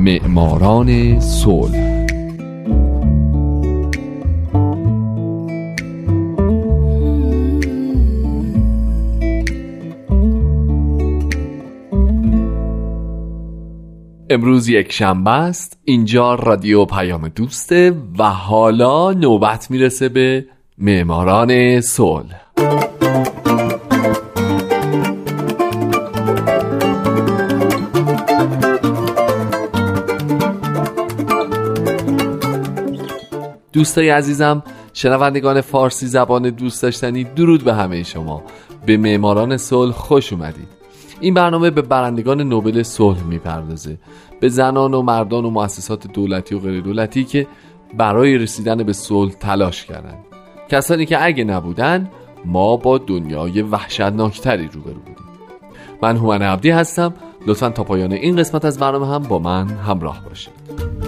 معماران صلح. امروز یک شنبه است، اینجا رادیو پیام دوسته و حالا نوبت میرسه به معماران صلح. دوستای عزیزم، شنوندگان فارسی زبان دوست داشتنی، درود به همه شما. به معماران صلح خوش اومدید. این برنامه به برندگان نوبل صلح میپردازه، به زنان و مردان و مؤسسات دولتی و غیر دولتی که برای رسیدن به صلح تلاش کردند. کسانی که اگه نبودن ما با دنیای وحشتناکتری روبرو بودیم. من هومن عبدی هستم. لطفاً تا پایان این قسمت از برنامه هم با من همراه باشید.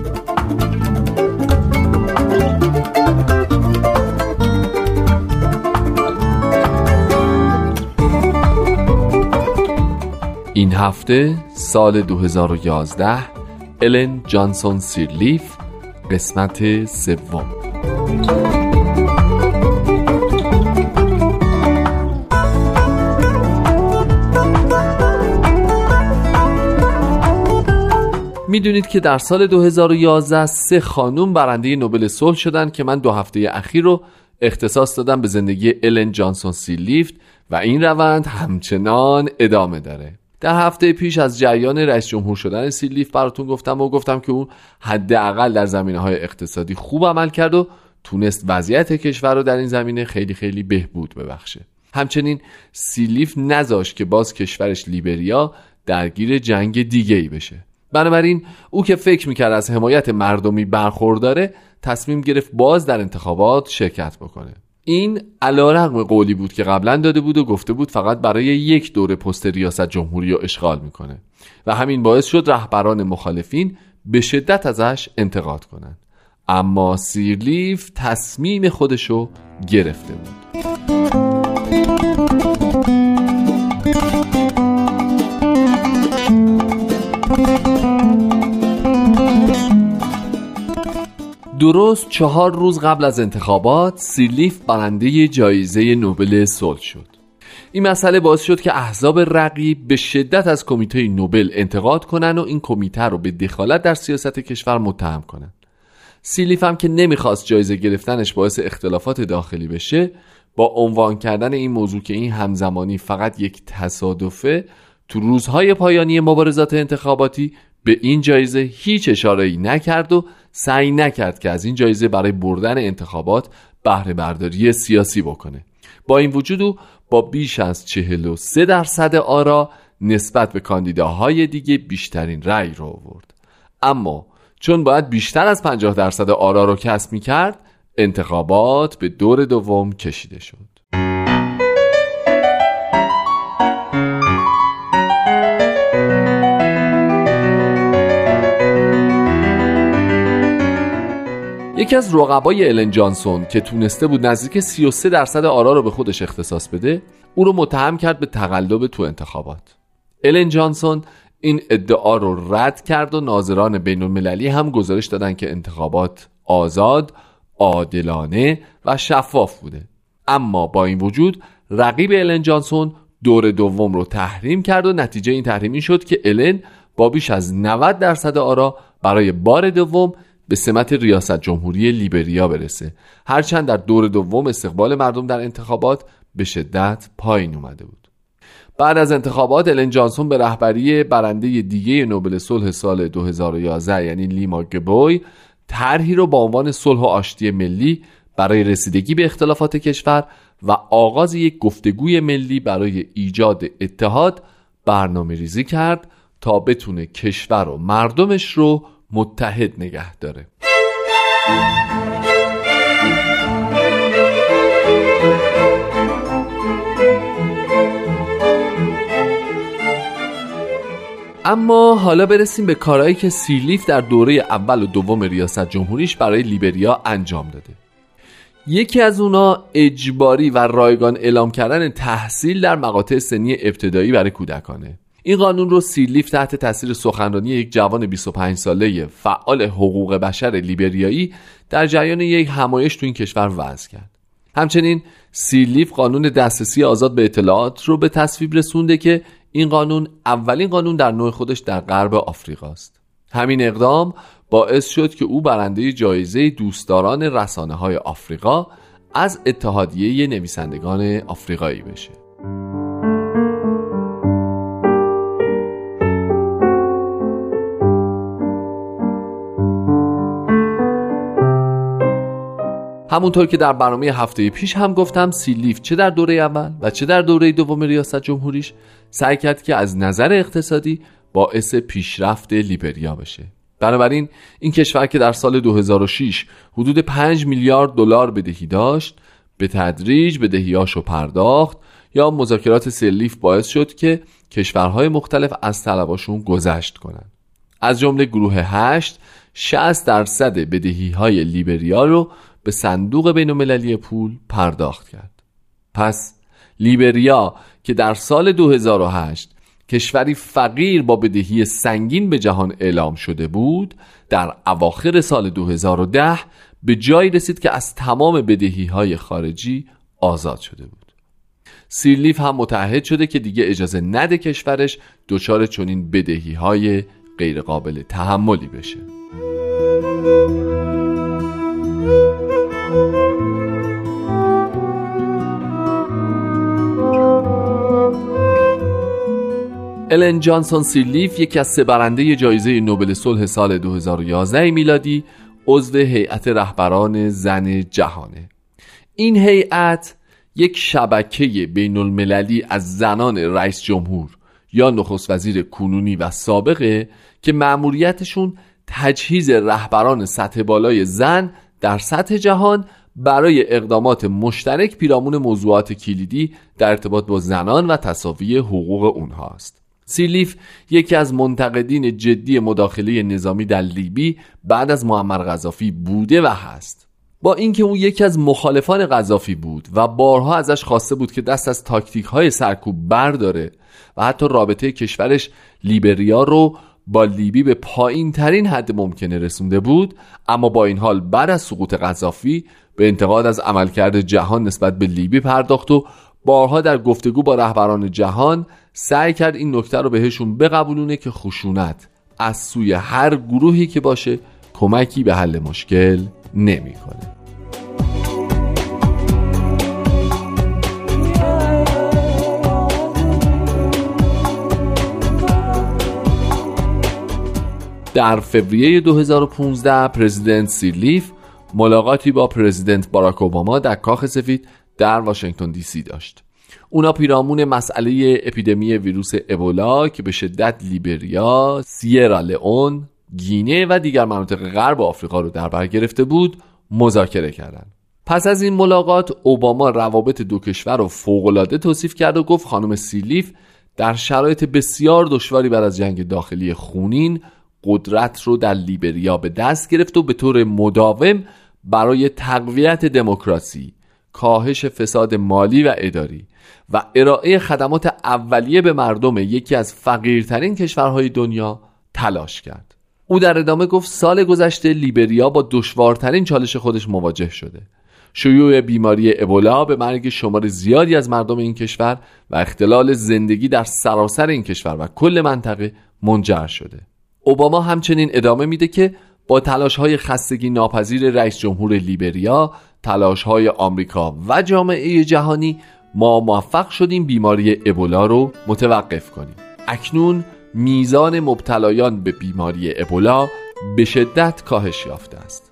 این هفته سال 2011 الن جانسون سیرلیف، قسمت سوم. میدونید که در سال 2011 3 خانوم برنده نوبل صلح شدن که من 2 هفته اخیر رو اختصاص دادم به زندگی الن جانسون سیرلیف و این روند همچنان ادامه داره. در هفته پیش از جریان رئیس جمهور شدن سیرلیف براتون گفتم که اون حداقل در زمینه‌های اقتصادی خوب عمل کرد و تونست وضعیت کشور رو در این زمینه خیلی خیلی بهبود ببخشه. همچنین سیرلیف نذاشت که باز کشورش لیبریا درگیر جنگ دیگه‌ای بشه. بنابراین او که فکر میکرد از حمایت مردمی برخورداره، تصمیم گرفت باز در انتخابات شرکت بکنه. این علیرغم قولی بود که قبلا داده بود و گفته بود فقط برای 1 دوره پست ریاست جمهوری رو اشغال میکنه و همین باعث شد رهبران مخالفین به شدت ازش انتقاد کنند. اما سیرلیف تصمیم خودشو گرفته بود. درست 4 روز قبل از انتخابات سیرلیف برنده جایزه نوبل صلح شد. این مسئله باعث شد که احزاب رقیب به شدت از کمیته نوبل انتقاد کنن و این کمیته رو به دخالت در سیاست کشور متهم کنن. سیرلیف هم که نمیخواست جایزه گرفتنش باعث اختلافات داخلی بشه، با عنوان کردن این موضوع که این همزمانی فقط یک تصادفه، تو روزهای پایانی مبارزات انتخاباتی به این جایزه هیچ اشاره‌ای نکرد و سعی نکرد که از این جایزه برای بردن انتخابات بهره برداری سیاسی بکنه. با این وجود او با بیش از 43% آرا نسبت به کاندیداهای دیگه بیشترین رأی رو آورد. اما چون باید بیشتر از 50% آرا رو کسب می‌کرد، انتخابات به دور دوم کشیده شد. یکی از رقبای الن جانسون که تونسته بود نزدیک 33% آرا رو به خودش اختصاص بده، او رو متهم کرد به تقلب تو انتخابات. الن جانسون این ادعا رو رد کرد و ناظران بین المللی هم گزارش دادن که انتخابات آزاد، عادلانه و شفاف بوده. اما با این وجود رقیب الن جانسون دور دوم رو تحریم کرد و نتیجه این تحریم این شد که الن با بیش از 90% آرا برای بار دوم به سمت ریاست جمهوری لیبریا برسه، هرچند در دور دوم استقبال مردم در انتخابات به شدت پایین اومده بود. بعد از انتخابات الن جانسون به رهبری برنده دیگه نوبل صلح سال 2011 یعنی لیما گبوی طرحی رو با عنوان صلح و آشتی ملی برای رسیدگی به اختلافات کشور و آغاز یک گفتگوی ملی برای ایجاد اتحاد برنامه‌ریزی کرد تا بتونه کشور و مردمش رو متحد نگه داره. اما حالا برسیم به کارهایی که سیرلیف در دوره اول و دوم ریاست جمهوریش برای لیبریا انجام داده. یکی از اونا اجباری و رایگان اعلام کردن تحصیل در مقاطع سنی ابتدایی برای کودکانه. این قانون رو سیرلیف تحت تاثیر سخنرانی یک جوان 25 ساله فعال حقوق بشر لیبریایی در جریان یک همایش تو این کشور وضع کرد. همچنین سیرلیف قانون دسترسی آزاد به اطلاعات رو به تصویب رسونده که این قانون اولین قانون در نوع خودش در غرب آفریقا است. همین اقدام باعث شد که او برنده جایزه دوستداران رسانه‌های آفریقا از اتحادیه نویسندگان آفریقایی بشه. همونطور که در برنامه هفته پیش هم گفتم، سیرلیف چه در دوره اول و چه در دوره دوم ریاست جمهوریش سعی کرد که از نظر اقتصادی باعث پیشرفت لیبریا بشه. بنابراین این کشور که در سال 2006 حدود 5 میلیارد دلار بدهی داشت، به تدریج بدهیاشو پرداخت یا مذاکرات سیرلیف باعث شد که کشورهای مختلف از طلباشون گذشت کنن. از جمله گروه 8 60% بدهی‌های لیبریا رو به صندوق بین‌المللی پول پرداخت کرد. پس لیبریا که در سال 2008 کشوری فقیر با بدهی سنگین به جهان اعلام شده بود، در اواخر سال 2010 به جایی رسید که از تمام بدهی‌های خارجی آزاد شده بود. سیرلیف هم متعهد شده که دیگه اجازه نده کشورش دچار چنین بدهی‌های غیرقابل تحملی بشه. الن جانسون سیرلیف یکی از 3 برنده جایزه نوبل صلح سال 2011 میلادی عضو هیئت رهبران زن جهانه. این هیئت یک شبکه بین المللی از زنان رئیس جمهور یا نخست وزیر کنونی و سابقه که مأموریتشون تجهیز رهبران سطح بالای زن در سطح جهان برای اقدامات مشترک پیرامون موضوعات کلیدی در ارتباط با زنان و تساوی حقوق اونهاست. سیرلیف یکی از منتقدین جدی مداخله نظامی در لیبی بعد از معمر قذافی بوده و هست. با اینکه او یکی از مخالفان قذافی بود و بارها ازش خواسته بود که دست از تاکتیک‌های سرکوب برداره و حتی رابطه کشورش لیبریا رو با لیبی به پایین ترین حد ممکنه رسونده بود، اما با این حال بعد از سقوط قذافی به انتقاد از عملکرد جهان نسبت به لیبی پرداخت و بارها در گفتگو با رهبران جهان سعی کرد این نکته رو بهشون بقبولونه که خشونت از سوی هر گروهی که باشه کمکی به حل مشکل نمی‌کنه. در فوریه 2015 پرزیدنت سیرلیف ملاقاتی با پرزیدنت باراک اوباما در کاخ سفید در واشنگتن دی سی داشت. اونا پیرامون مسئله اپیدمی ویروس ابولا که به شدت لیبریا، سیرا لئون، گینه و دیگر مناطق غرب آفریقا رو در بر گرفته بود مذاکره کردند. پس از این ملاقات اوباما روابط دو کشور رو فوق‌العاده توصیف کرد و گفت خانم سیرلیف در شرایط بسیار دشواری بعد از جنگ داخلی خونین قدرت رو در لیبریا به دست گرفت و به طور مداوم برای تقویت دموکراسی، کاهش فساد مالی و اداری و ارائه خدمات اولیه به مردم یکی از فقیرترین کشورهای دنیا تلاش کرد. او در ادامه گفت سال گذشته لیبریا با دشوارترین چالش خودش مواجه شده. شیوع بیماری ابولا به مرگ شمار زیادی از مردم این کشور و اختلال زندگی در سراسر این کشور و کل منطقه منجر شده. اوباما همچنین ادامه میده که با تلاش‌های خستگی ناپذیر رئیس جمهور لیبریا، تلاش‌های آمریکا و جامعه جهانی ما موفق شدیم بیماری ابولا رو متوقف کنیم. اکنون میزان مبتلایان به بیماری ابولا به شدت کاهش یافته است.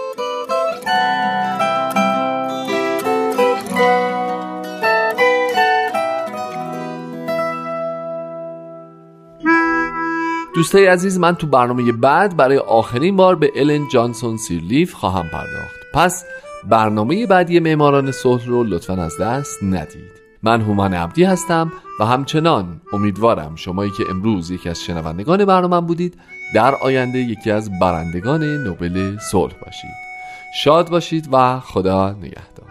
دوستای عزیز، من تو برنامه بعد برای آخرین بار به الن جانسون سیرلیف خواهم پرداخت. پس برنامه بعدی معماران صلح رو لطفاً از دست ندید. من هومن عبدی هستم و همچنان امیدوارم شمایی که امروز یکی از شنوندگان برنامه بودید در آینده یکی از برندگان نوبل صلح باشید. شاد باشید و خدا نگهدار.